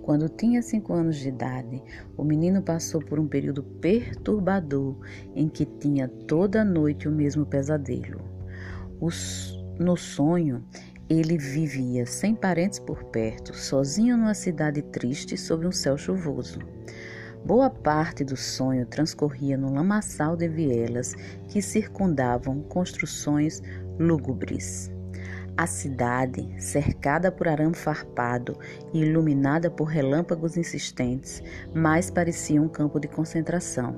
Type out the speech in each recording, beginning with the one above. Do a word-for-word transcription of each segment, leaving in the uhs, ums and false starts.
Quando tinha cinco anos de idade, o menino passou por um período perturbador em que tinha toda noite o mesmo pesadelo. Os, no sonho, ele vivia sem parentes por perto, sozinho numa cidade triste sob um céu chuvoso. Boa parte do sonho transcorria no lamaçal de vielas que circundavam construções lúgubres. A cidade, cercada por arame farpado e iluminada por relâmpagos insistentes, mais parecia um campo de concentração.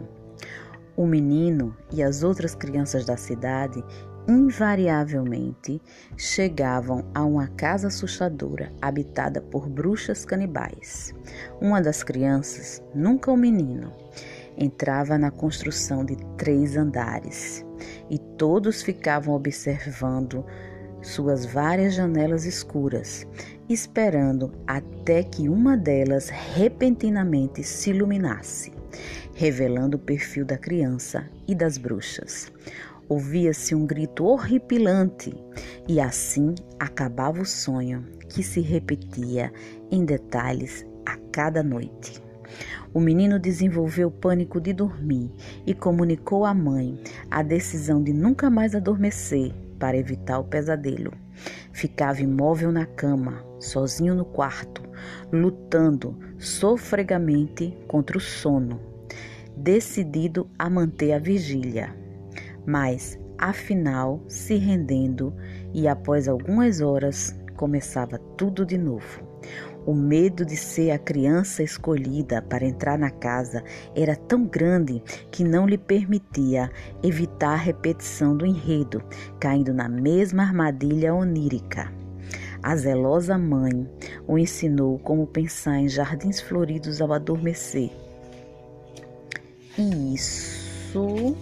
O menino e as outras crianças da cidade invariavelmente chegavam a uma casa assustadora habitada por bruxas canibais. Uma das crianças, nunca o menino, entrava na construção de três andares e todos ficavam observando suas várias janelas escuras, esperando até que uma delas repentinamente se iluminasse, revelando o perfil da criança e das bruxas. Ouvia-se um grito horripilante e assim acabava o sonho, que se repetia em detalhes a cada noite. O menino desenvolveu o pânico de dormir e comunicou à mãe a decisão de nunca mais adormecer para evitar o pesadelo. Ficava imóvel na cama, sozinho no quarto, lutando sofregamente contra o sono, decidido a manter a vigília. Mas, afinal, se rendendo e após algumas horas, começava tudo de novo. O medo de ser a criança escolhida para entrar na casa era tão grande que não lhe permitia evitar a repetição do enredo, caindo na mesma armadilha onírica. A zelosa mãe o ensinou como pensar em jardins floridos ao adormecer. E isso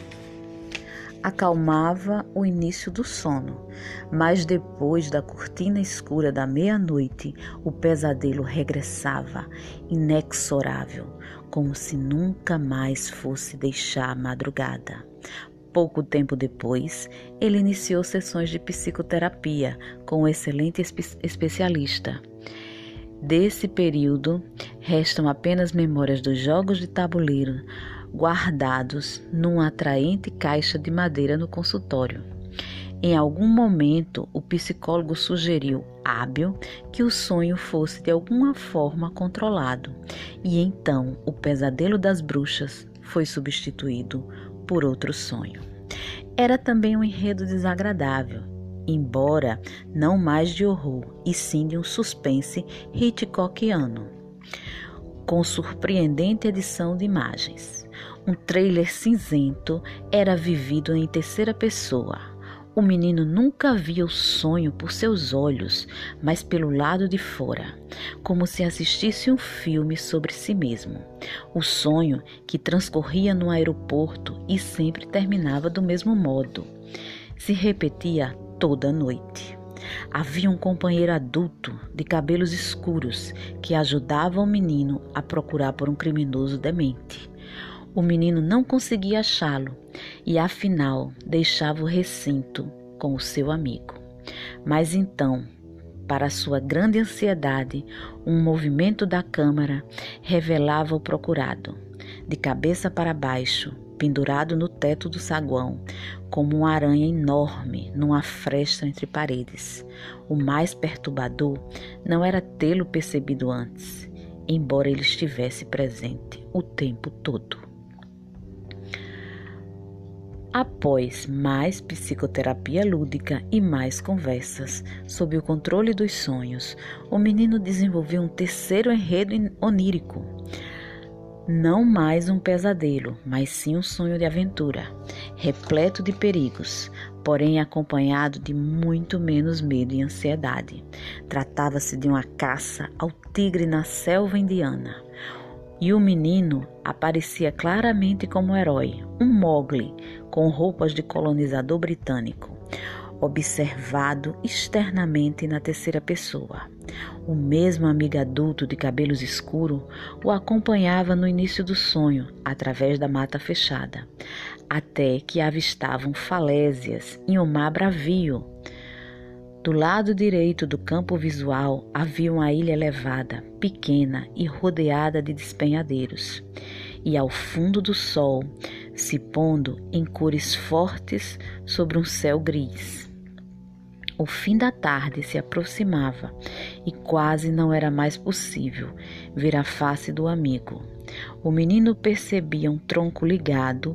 acalmava o início do sono, mas depois da cortina escura da meia-noite, o pesadelo regressava, inexorável, como se nunca mais fosse deixar a madrugada. Pouco tempo depois, ele iniciou sessões de psicoterapia com um excelente espe- especialista. Desse período, restam apenas memórias dos jogos de tabuleiro, guardados numa atraente caixa de madeira no consultório. Em algum momento, o psicólogo sugeriu, hábil, que o sonho fosse de alguma forma controlado, e então o pesadelo das bruxas foi substituído por outro sonho. Era também um enredo desagradável, embora não mais de horror, e sim de um suspense hitchcockiano, com surpreendente edição de imagens. Um trailer cinzento era vivido em terceira pessoa. O menino nunca via o sonho por seus olhos, mas pelo lado de fora, como se assistisse um filme sobre si mesmo. O sonho, que transcorria no aeroporto e sempre terminava do mesmo modo, se repetia toda noite. Havia um companheiro adulto de cabelos escuros que ajudava o menino a procurar por um criminoso demente. O menino não conseguia achá-lo e, afinal, deixava o recinto com o seu amigo. Mas então, para sua grande ansiedade, um movimento da câmara revelava o procurado, de cabeça para baixo, pendurado no teto do saguão, como uma aranha enorme numa fresta entre paredes. O mais perturbador não era tê-lo percebido antes, embora ele estivesse presente o tempo todo. Após mais psicoterapia lúdica e mais conversas sob o controle dos sonhos, o menino desenvolveu um terceiro enredo onírico. Não mais um pesadelo, mas sim um sonho de aventura, repleto de perigos, porém acompanhado de muito menos medo e ansiedade. Tratava-se de uma caça ao tigre na selva indiana. E o menino aparecia claramente como herói, um Mowgli, com roupas de colonizador britânico, observado externamente na terceira pessoa. O mesmo amigo adulto de cabelos escuros o acompanhava no início do sonho, através da mata fechada, até que avistavam falésias em um mar bravio, Do lado direito do campo visual havia uma ilha elevada, pequena e rodeada de despenhadeiros, e ao fundo do sol, se pondo em cores fortes sobre um céu gris. O fim da tarde se aproximava e quase não era mais possível ver a face do amigo. O menino percebia um tronco ligado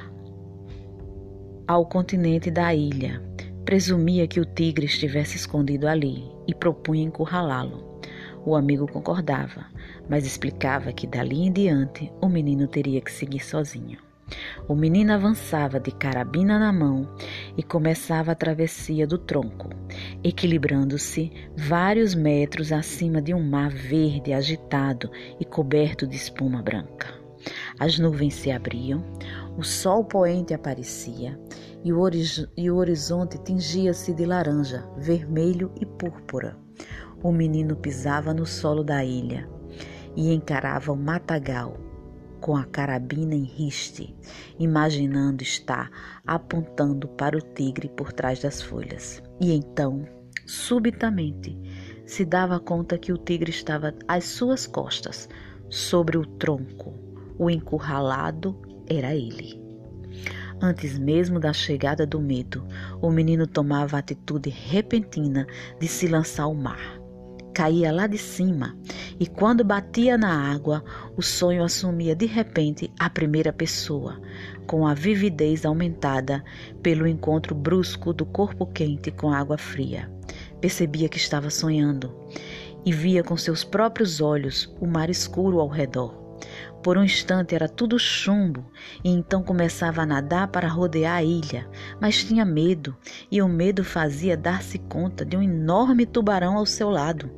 ao continente da ilha. Presumia que o tigre estivesse escondido ali e propunha encurralá-lo. O amigo concordava, mas explicava que dali em diante o menino teria que seguir sozinho. O menino avançava de carabina na mão e começava a travessia do tronco, equilibrando-se vários metros acima de um mar verde agitado e coberto de espuma branca. As nuvens se abriam, o sol poente aparecia e o, e o horizonte tingia-se de laranja, vermelho e púrpura. O menino pisava no solo da ilha e encarava o matagal com a carabina em riste, imaginando estar apontando para o tigre por trás das folhas. E então, subitamente, se dava conta que o tigre estava às suas costas, sobre o tronco. O encurralado era ele. Antes mesmo da chegada do medo, o menino tomava a atitude repentina de se lançar ao mar. Caía lá de cima e quando batia na água, o sonho assumia de repente a primeira pessoa, com a vividez aumentada pelo encontro brusco do corpo quente com a água fria. Percebia que estava sonhando e via com seus próprios olhos o mar escuro ao redor. Por um instante era tudo chumbo e então começava a nadar para rodear a ilha, mas tinha medo e o medo fazia dar-se conta de um enorme tubarão ao seu lado.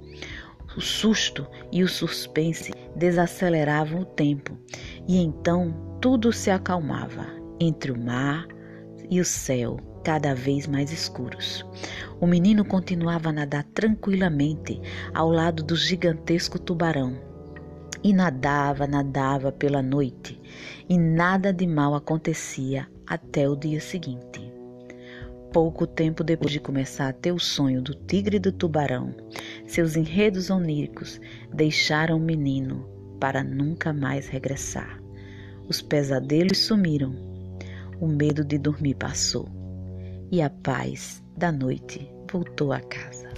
O susto e o suspense desaceleravam o tempo e então tudo se acalmava entre o mar e o céu cada vez mais escuros. O menino continuava a nadar tranquilamente ao lado do gigantesco tubarão e nadava, nadava pela noite e nada de mal acontecia até o dia seguinte. Pouco tempo depois de começar a ter o sonho do tigre e do tubarão, seus enredos oníricos deixaram o menino para nunca mais regressar. Os pesadelos sumiram, o medo de dormir passou e a paz da noite voltou à casa.